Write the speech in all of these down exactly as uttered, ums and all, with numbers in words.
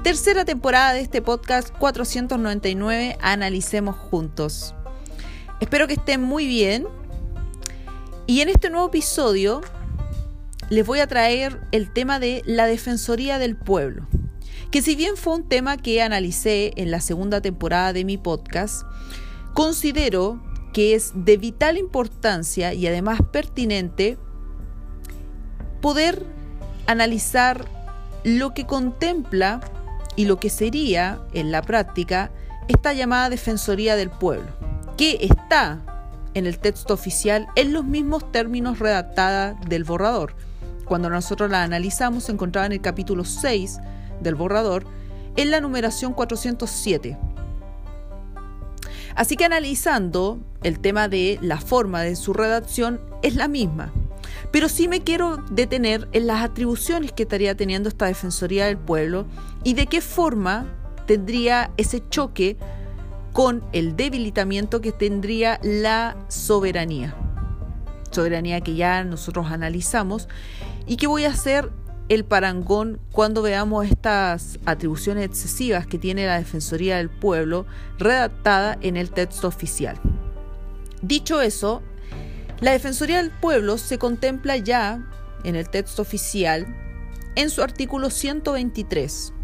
Tercera temporada de este podcast cuatrocientos noventa y nueve, Analicemos Juntos. Espero que estén muy bien. Y en este nuevo episodio les voy a traer el tema de la Defensoría del Pueblo, que si bien fue un tema que analicé en la segunda temporada de mi podcast, considero que es de vital importancia y además pertinente poder analizar lo que contempla y lo que sería en la práctica esta llamada Defensoría del Pueblo, que está en el texto oficial en los mismos términos redactada del borrador. Cuando nosotros la analizamos se encontraba en el capítulo seis del borrador en la numeración cuatrocientos siete. Así que analizando el tema de la forma de su redacción es la misma, pero sí me quiero detener en las atribuciones que estaría teniendo esta Defensoría del Pueblo y de qué forma tendría ese choque con el debilitamiento que tendría la soberanía. Soberanía que ya nosotros analizamos y que voy a hacer el parangón cuando veamos estas atribuciones excesivas que tiene la Defensoría del Pueblo redactada en el texto oficial. Dicho eso, la Defensoría del Pueblo se contempla ya en el texto oficial en su artículo ciento veintitrés.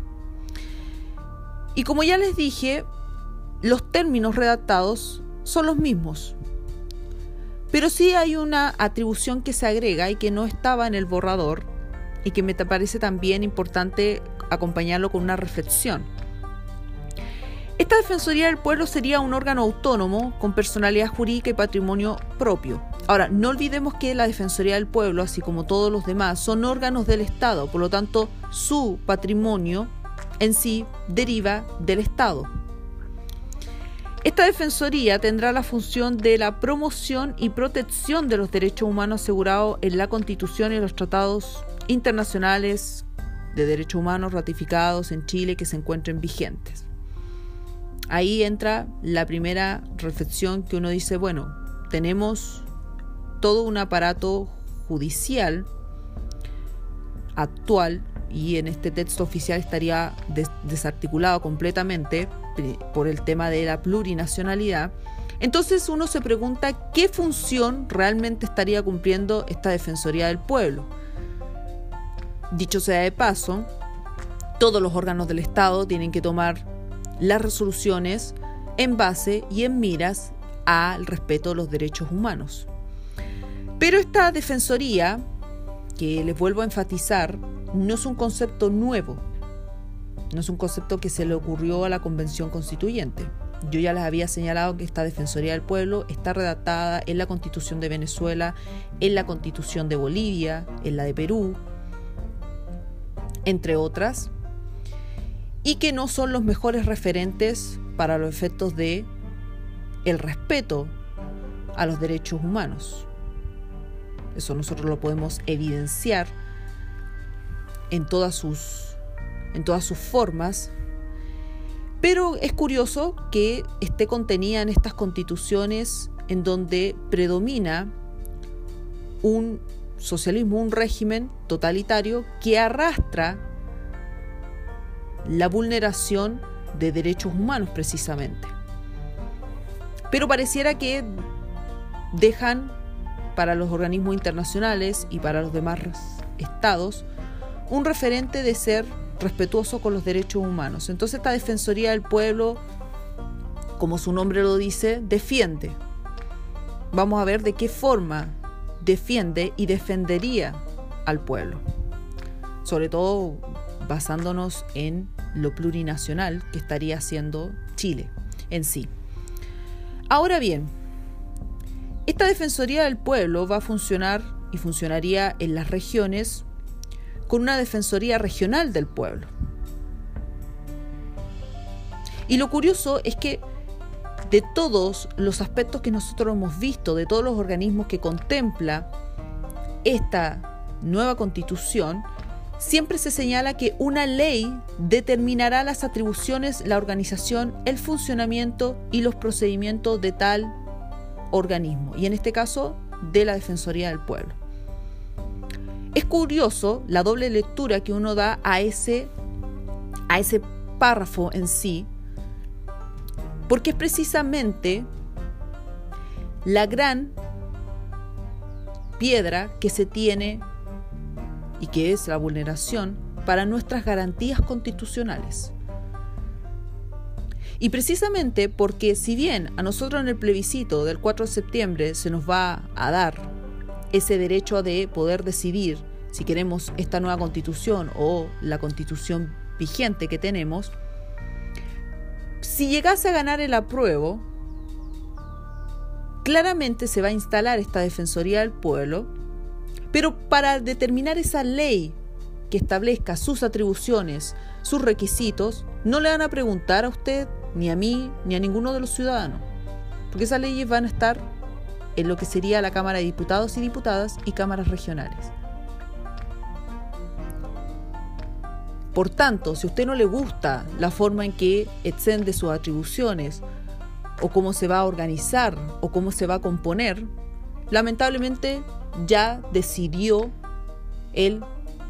Y como ya les dije, los términos redactados son los mismos. Pero sí hay una atribución que se agrega y que no estaba en el borrador y que me parece también importante acompañarlo con una reflexión. Esta Defensoría del Pueblo sería un órgano autónomo con personalidad jurídica y patrimonio propio. Ahora, no olvidemos que la Defensoría del Pueblo, así como todos los demás, son órganos del Estado, por lo tanto, su patrimonio en sí deriva del Estado. Esta Defensoría tendrá la función de la promoción y protección de los derechos humanos asegurados en la Constitución y los tratados internacionales de derechos humanos ratificados en Chile que se encuentren vigentes. Ahí entra la primera reflexión que uno dice, bueno, tenemos todo un aparato judicial actual y en este texto oficial estaría des- desarticulado completamente por el tema de la plurinacionalidad. Entonces uno se pregunta qué función realmente estaría cumpliendo esta Defensoría del Pueblo. Dicho sea de paso, todos los órganos del Estado tienen que tomar las resoluciones en base y en miras al respeto de los derechos humanos. Pero esta Defensoría, que les vuelvo a enfatizar, no es un concepto nuevo, no es un concepto que se le ocurrió a la Convención Constituyente. Yo ya les había señalado que esta Defensoría del Pueblo está redactada en la Constitución de Venezuela, en la Constitución de Bolivia, en la de Perú, entre otras, y que no son los mejores referentes para los efectos de el respeto a los derechos humanos. Eso nosotros lo podemos evidenciar en todas sus, en todas sus formas, pero es curioso que esté contenida en estas constituciones en donde predomina un socialismo, un régimen totalitario que arrastra la vulneración de derechos humanos precisamente. Pero pareciera que dejan para los organismos internacionales y para los demás estados un referente de ser respetuoso con los derechos humanos. Entonces esta Defensoría del Pueblo, como su nombre lo dice, defiende. Vamos a ver de qué forma defiende y defendería al pueblo, sobre todo basándonos en lo plurinacional que estaría haciendo Chile en sí. Ahora bien, esta Defensoría del Pueblo va a funcionar y funcionaría en las regiones con una Defensoría Regional del Pueblo. Y lo curioso es que de todos los aspectos que nosotros hemos visto, de todos los organismos que contempla esta nueva Constitución, siempre se señala que una ley determinará las atribuciones, la organización, el funcionamiento y los procedimientos de tal organismo, y en este caso de la Defensoría del Pueblo. Es curioso la doble lectura que uno da a ese a ese párrafo en sí, porque es precisamente la gran piedra que se tiene y que es la vulneración para nuestras garantías constitucionales. Y precisamente porque si bien a nosotros en el plebiscito del cuatro de septiembre se nos va a dar ese derecho de poder decidir si queremos esta nueva constitución o la constitución vigente que tenemos, si llegase a ganar el apruebo, claramente se va a instalar esta Defensoría del Pueblo, pero para determinar esa ley que establezca sus atribuciones, sus requisitos, no le van a preguntar a usted, ni a mí, ni a ninguno de los ciudadanos, porque esas leyes van a estar en lo que sería la Cámara de Diputados y Diputadas y cámaras regionales. Por tanto, si a usted no le gusta la forma en que extiende sus atribuciones, o cómo se va a organizar, o cómo se va a componer, lamentablemente ya decidió él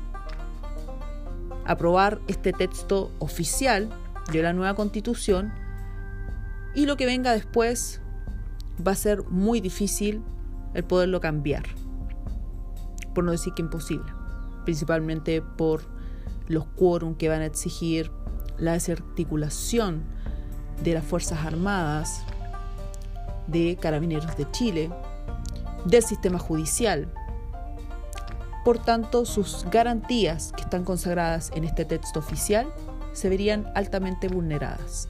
aprobar este texto oficial de la nueva Constitución, y lo que venga después va a ser muy difícil el poderlo cambiar, por no decir que imposible, principalmente por los quórum que van a exigir, la desarticulación de las Fuerzas Armadas, de Carabineros de Chile, del sistema judicial. Por tanto, sus garantías que están consagradas en este texto oficial se verían altamente vulneradas.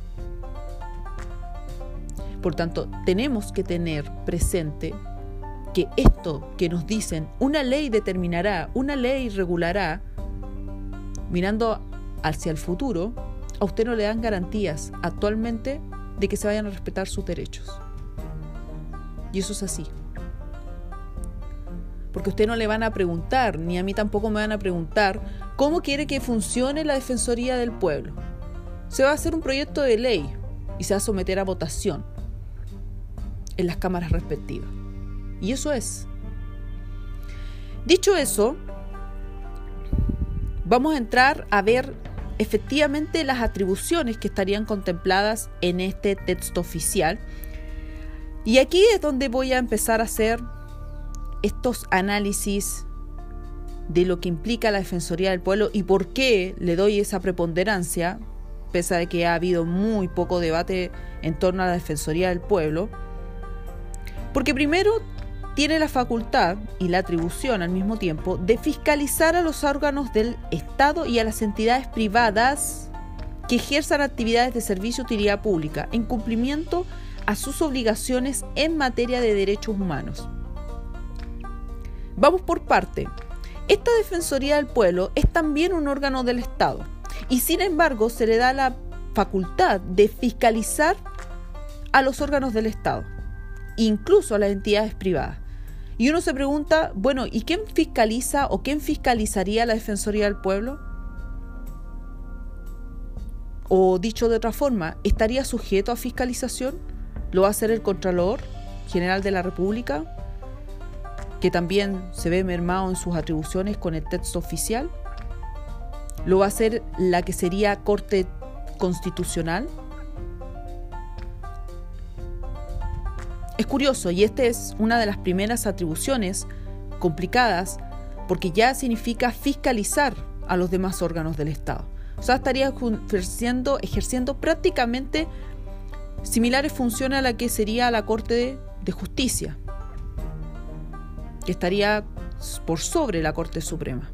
Por tanto, tenemos que tener presente que esto que nos dicen, una ley determinará, una ley regulará, mirando hacia el futuro, a usted no le dan garantías actualmente de que se vayan a respetar sus derechos. Y eso es así. Porque a usted no le van a preguntar, ni a mí tampoco me van a preguntar, cómo quiere que funcione la Defensoría del Pueblo. Se va a hacer un proyecto de ley y se va a someter a votación en las cámaras respectivas. Y eso es. Dicho eso, vamos a entrar a ver efectivamente las atribuciones que estarían contempladas en este texto oficial. Y aquí es donde voy a empezar a hacer estos análisis de lo que implica la Defensoría del Pueblo y por qué le doy esa preponderancia, pese a que ha habido muy poco debate en torno a la Defensoría del Pueblo. Porque primero tiene la facultad y la atribución al mismo tiempo de fiscalizar a los órganos del Estado y a las entidades privadas que ejerzan actividades de servicio de utilidad pública en cumplimiento a sus obligaciones en materia de derechos humanos. Vamos por parte. Esta Defensoría del Pueblo es también un órgano del Estado y sin embargo se le da la facultad de fiscalizar a los órganos del Estado, incluso a las entidades privadas. Y uno se pregunta, bueno, ¿y quién fiscaliza o quién fiscalizaría la Defensoría del Pueblo? O dicho de otra forma, ¿estaría sujeto a fiscalización? ¿Lo va a hacer el Contralor General de la República, que también se ve mermado en sus atribuciones con el texto oficial? ¿Lo va a hacer la que sería Corte Constitucional? Es curioso, y esta es una de las primeras atribuciones complicadas, porque ya significa fiscalizar a los demás órganos del Estado. O sea, estaría ejerciendo, ejerciendo prácticamente similares funciones a la que sería la Corte de, de Justicia, que estaría por sobre la Corte Suprema.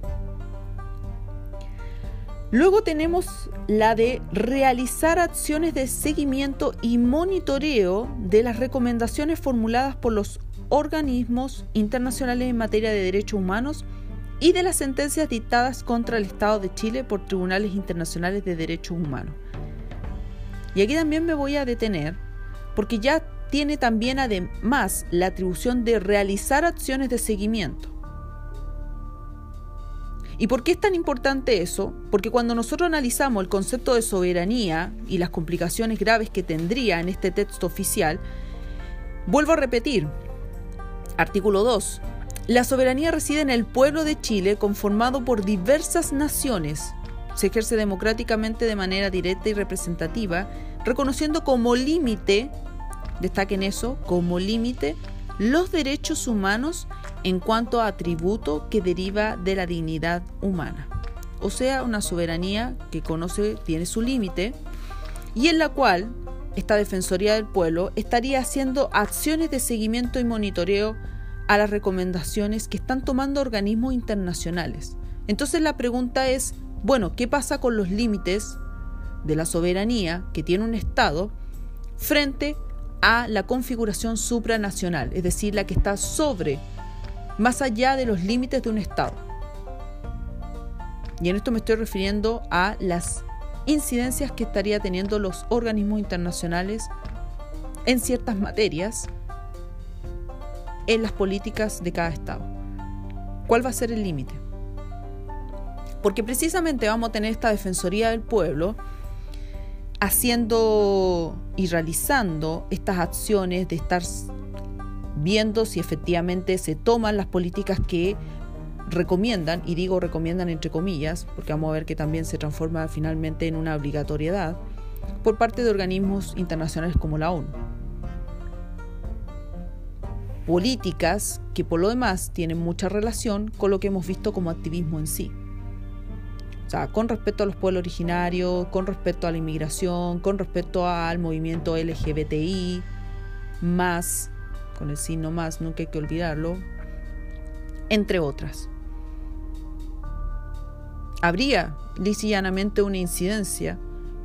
Luego tenemos la de realizar acciones de seguimiento y monitoreo de las recomendaciones formuladas por los organismos internacionales en materia de derechos humanos y de las sentencias dictadas contra el Estado de Chile por tribunales internacionales de derechos humanos. Y aquí también me voy a detener, porque ya tiene también además la atribución de realizar acciones de seguimiento. ¿Y por qué es tan importante eso? Porque cuando nosotros analizamos el concepto de soberanía y las complicaciones graves que tendría en este texto oficial, vuelvo a repetir, artículo dos, la soberanía reside en el pueblo de Chile conformado por diversas naciones se ejerce democráticamente de manera directa y representativa, reconociendo como límite, destaquen eso, como límite, los derechos humanos en cuanto a atributo que deriva de la dignidad humana. O sea, una soberanía que conoce, tiene su límite, y en la cual esta Defensoría del Pueblo estaría haciendo acciones de seguimiento y monitoreo a las recomendaciones que están tomando organismos internacionales. Entonces la pregunta es, bueno, ¿qué pasa con los límites de la soberanía que tiene un Estado frente a la configuración supranacional, es decir, la que está sobre, más allá de los límites de un Estado? Y en esto me estoy refiriendo a las incidencias que estaría teniendo los organismos internacionales en ciertas materias en las políticas de cada Estado. ¿Cuál va a ser el límite? Porque precisamente vamos a tener esta Defensoría del Pueblo haciendo y realizando estas acciones de estar viendo si efectivamente se toman las políticas que recomiendan, y digo recomiendan entre comillas, porque vamos a ver que también se transforma finalmente en una obligatoriedad por parte de organismos internacionales como la ONU. Políticas que por lo demás tienen mucha relación con lo que hemos visto como activismo en sí. O sea, con respecto a los pueblos originarios, con respecto a la inmigración, con respecto al movimiento L G B T I, más, con el signo más, nunca hay que olvidarlo, entre otras. Habría lisa y llanamente una incidencia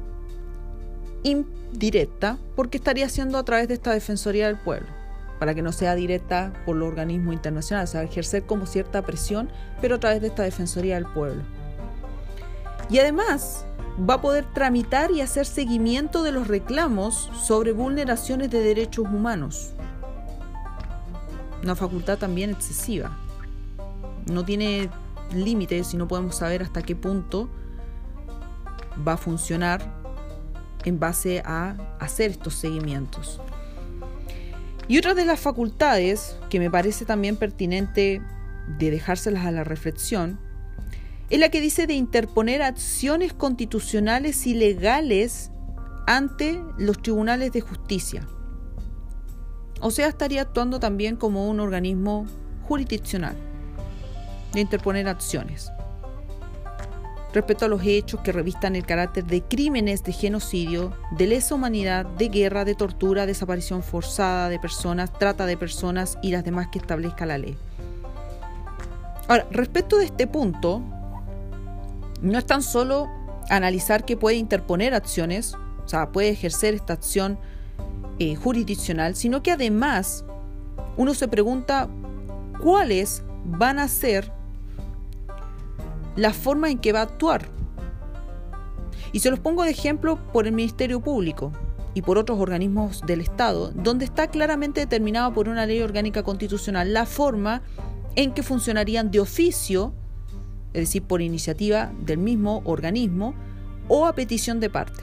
indirecta porque estaría siendo a través de esta Defensoría del Pueblo, para que no sea directa por los organismos internacionales, o sea, ejercer como cierta presión, pero a través de esta Defensoría del Pueblo. Y además va a poder tramitar y hacer seguimiento de los reclamos sobre vulneraciones de derechos humanos. Una facultad también excesiva. No tiene límites y no podemos saber hasta qué punto va a funcionar en base a hacer estos seguimientos. Y otra de las facultades que me parece también pertinente de dejárselas a la reflexión es la que dice de interponer acciones constitucionales y legales ante los tribunales de justicia. O sea, estaría actuando también como un organismo jurisdiccional de interponer acciones respecto a los hechos que revistan el carácter de crímenes de genocidio, de lesa humanidad, de guerra, de tortura, desaparición forzada de personas, trata de personas y las demás que establezca la ley. Ahora, respecto de este punto, no es tan solo analizar que puede interponer acciones, o sea, puede ejercer esta acción eh, jurisdiccional, sino que además uno se pregunta cuáles van a ser la forma en que va a actuar. Y se los pongo de ejemplo por el Ministerio Público y por otros organismos del Estado, donde está claramente determinado por una ley orgánica constitucional la forma en que funcionarían de oficio, es decir, por iniciativa del mismo organismo o a petición de parte.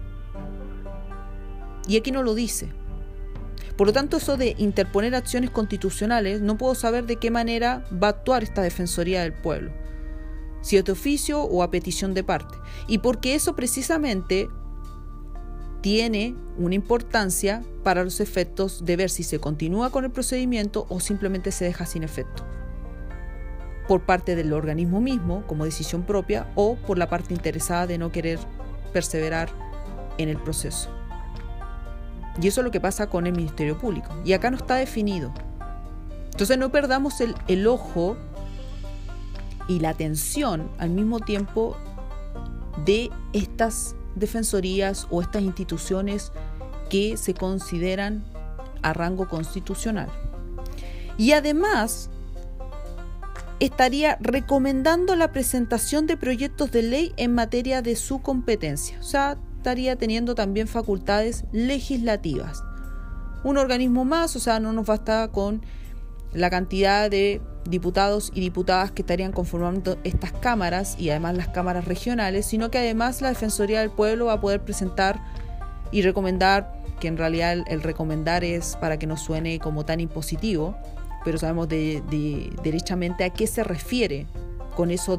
Y aquí no lo dice. Por lo tanto, eso de interponer acciones constitucionales, no puedo saber de qué manera va a actuar esta Defensoría del Pueblo, si es de oficio o a petición de parte. Y porque eso precisamente tiene una importancia para los efectos de ver si se continúa con el procedimiento o simplemente se deja sin efecto, por parte del organismo mismo como decisión propia o por la parte interesada de no querer perseverar en el proceso. Y eso es lo que pasa con el Ministerio Público. Y acá no está definido. Entonces no perdamos el, el ojo y la atención al mismo tiempo de estas defensorías o estas instituciones que se consideran a rango constitucional. Y además estaría recomendando la presentación de proyectos de ley en materia de su competencia. O sea, estaría teniendo también facultades legislativas. Un organismo más, o sea, no nos basta con la cantidad de diputados y diputadas que estarían conformando estas cámaras y además las cámaras regionales, sino que además la Defensoría del Pueblo va a poder presentar y recomendar, que en realidad el, el recomendar es para que no suene como tan impositivo, pero sabemos de, de, derechamente a qué se refiere con eso de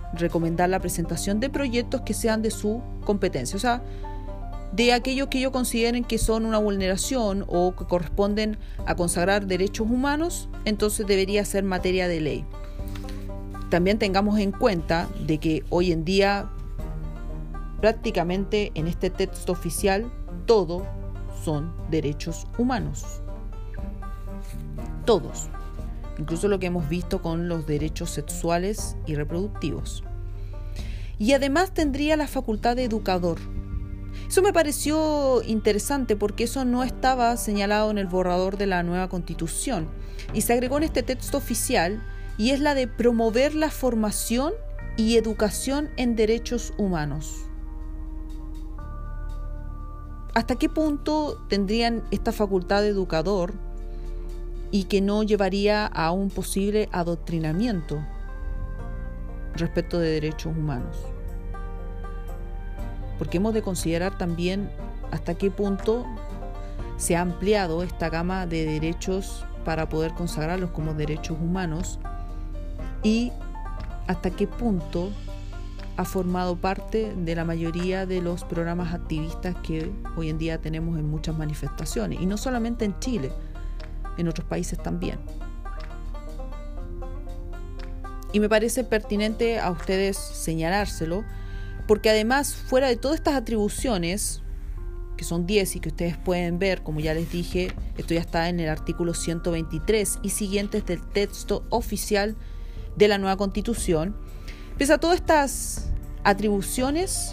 recomendar la presentación de proyectos que sean de su competencia, o sea, de aquellos que ellos consideren que son una vulneración o que corresponden a consagrar derechos humanos, entonces debería ser materia de ley. También tengamos en cuenta de que hoy en día prácticamente en este texto oficial todo son derechos humanos. Todos. Incluso lo que hemos visto con los derechos sexuales y reproductivos. Y además tendría la facultad de educador. Eso me pareció interesante porque eso no estaba señalado en el borrador de la nueva Constitución y se agregó en este texto oficial, y es la de promover la formación y educación en derechos humanos. ¿Hasta qué punto tendrían esta facultad de educador y que no llevaría a un posible adoctrinamiento respecto de derechos humanos? Porque hemos de considerar también hasta qué punto se ha ampliado esta gama de derechos para poder consagrarlos como derechos humanos y hasta qué punto ha formado parte de la mayoría de los programas activistas que hoy en día tenemos en muchas manifestaciones, y no solamente en Chile, en otros países también. Y me parece pertinente a ustedes señalárselo, porque además, fuera de todas estas atribuciones, que son diez y que ustedes pueden ver, como ya les dije, esto ya está en el artículo ciento veintitrés y siguientes del texto oficial de la nueva Constitución, pese a todas estas atribuciones,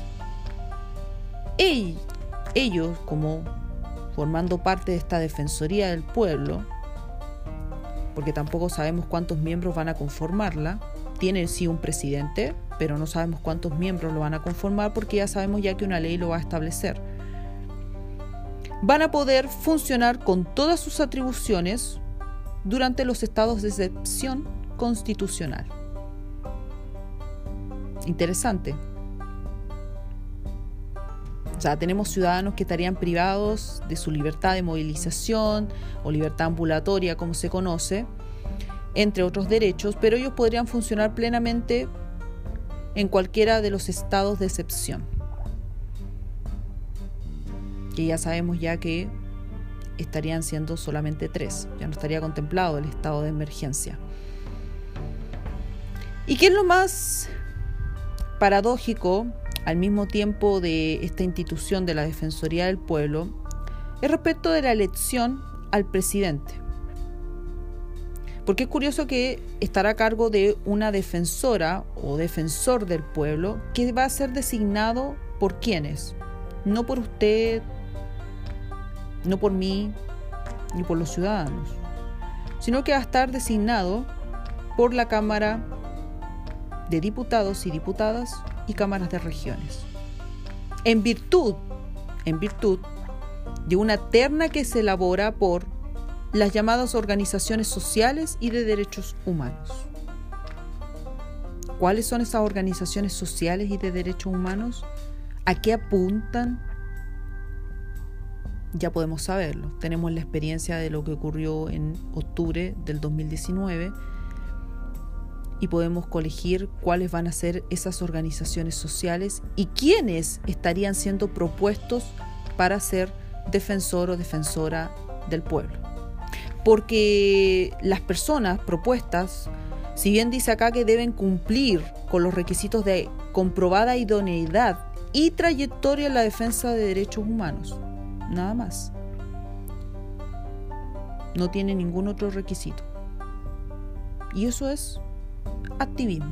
ellos, como formando parte de esta Defensoría del Pueblo, porque tampoco sabemos cuántos miembros van a conformarla, tiene sí un presidente, pero no sabemos cuántos miembros lo van a conformar porque ya sabemos ya que una ley lo va a establecer. Van a poder funcionar con todas sus atribuciones durante los estados de excepción constitucional. Interesante. O sea, tenemos ciudadanos que estarían privados de su libertad de movilización o libertad ambulatoria, como se conoce, entre otros derechos, pero ellos podrían funcionar plenamente en cualquiera de los estados de excepción, que ya sabemos ya que estarían siendo solamente tres, ya no estaría contemplado el estado de emergencia. ¿Y qué es lo más paradójico al mismo tiempo de esta institución de la Defensoría del Pueblo? Es respecto de la elección al presidente. Porque es curioso que estará a cargo de una defensora o defensor del pueblo que va a ser designado por quienes, no por usted, no por mí, ni por los ciudadanos, sino que va a estar designado por la Cámara de Diputados y Diputadas y Cámaras de Regiones, en virtud, en virtud de una terna que se elabora por las llamadas organizaciones sociales y de derechos humanos. ¿Cuáles son esas organizaciones sociales y de derechos humanos? ¿A qué apuntan? Ya podemos saberlo. Tenemos la experiencia de lo que ocurrió en octubre del dos mil diecinueve y podemos colegir cuáles van a ser esas organizaciones sociales y quiénes estarían siendo propuestos para ser defensor o defensora del pueblo. Porque las personas propuestas, si bien dice acá que deben cumplir con los requisitos de comprobada idoneidad y trayectoria en la defensa de derechos humanos, nada más. No tiene ningún otro requisito. Y eso es activismo.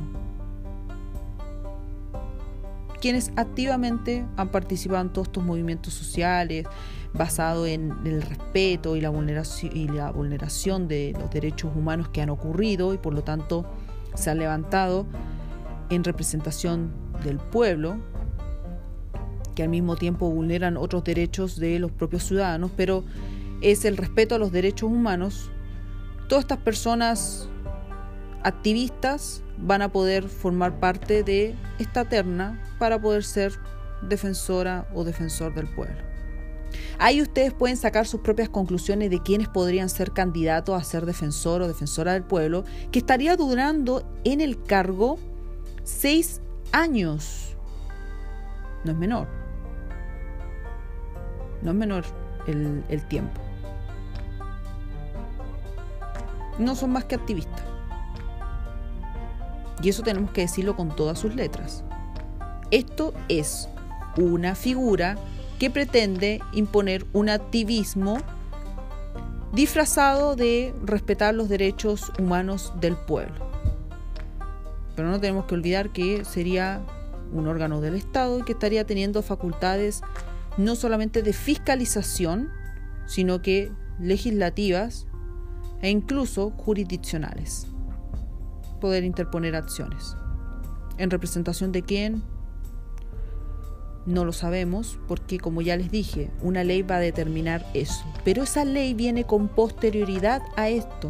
Quienes activamente han participado en todos estos movimientos sociales basados en el respeto y la vulneración, y la vulneración de los derechos humanos que han ocurrido y por lo tanto se han levantado en representación del pueblo, que al mismo tiempo vulneran otros derechos de los propios ciudadanos, pero es el respeto a los derechos humanos. Todas estas personas activistas van a poder formar parte de esta terna para poder ser defensora o defensor del pueblo. Ahí ustedes pueden sacar sus propias conclusiones de quiénes podrían ser candidatos a ser defensor o defensora del pueblo, que estaría durando en el cargo Seis años. No es menor. No es menor el, el tiempo. No son más que activistas. Y eso tenemos que decirlo con todas sus letras. Esto es una figura que pretende imponer un activismo disfrazado de respetar los derechos humanos del pueblo. Pero no tenemos que olvidar que sería un órgano del Estado y que estaría teniendo facultades no solamente de fiscalización, sino que legislativas e incluso jurisdiccionales. Poder interponer acciones. ¿En representación de quién? No lo sabemos, porque como ya les dije, una ley va a determinar eso. Pero esa ley viene con posterioridad a esto.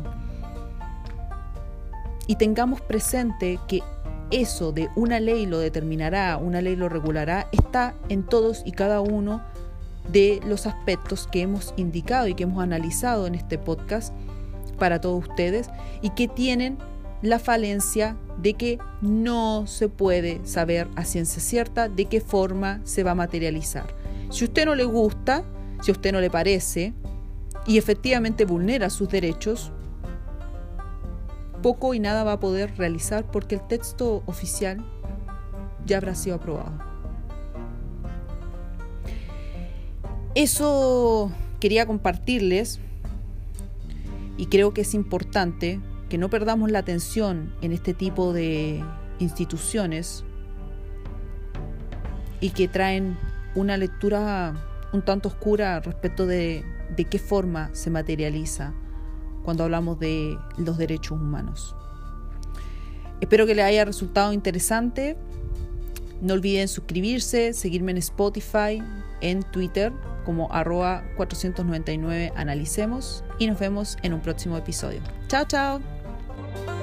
Y tengamos presente que eso de una ley lo determinará, una ley lo regulará, está en todos y cada uno de los aspectos que hemos indicado y que hemos analizado en este podcast para todos ustedes, y que tienen la falencia de que no se puede saber a ciencia cierta de qué forma se va a materializar. Si a usted no le gusta, si a usted no le parece y efectivamente vulnera sus derechos, poco y nada va a poder realizar, porque el texto oficial ya habrá sido aprobado. Eso quería compartirles, y creo que es importante que no perdamos la atención en este tipo de instituciones y que traen una lectura un tanto oscura respecto de, de qué forma se materializa cuando hablamos de los derechos humanos. Espero que les haya resultado interesante. No olviden suscribirse, seguirme en Spotify, en Twitter como arroba cuatrocientos noventa y nueve analicemos, y nos vemos en un próximo episodio. Chao, chao.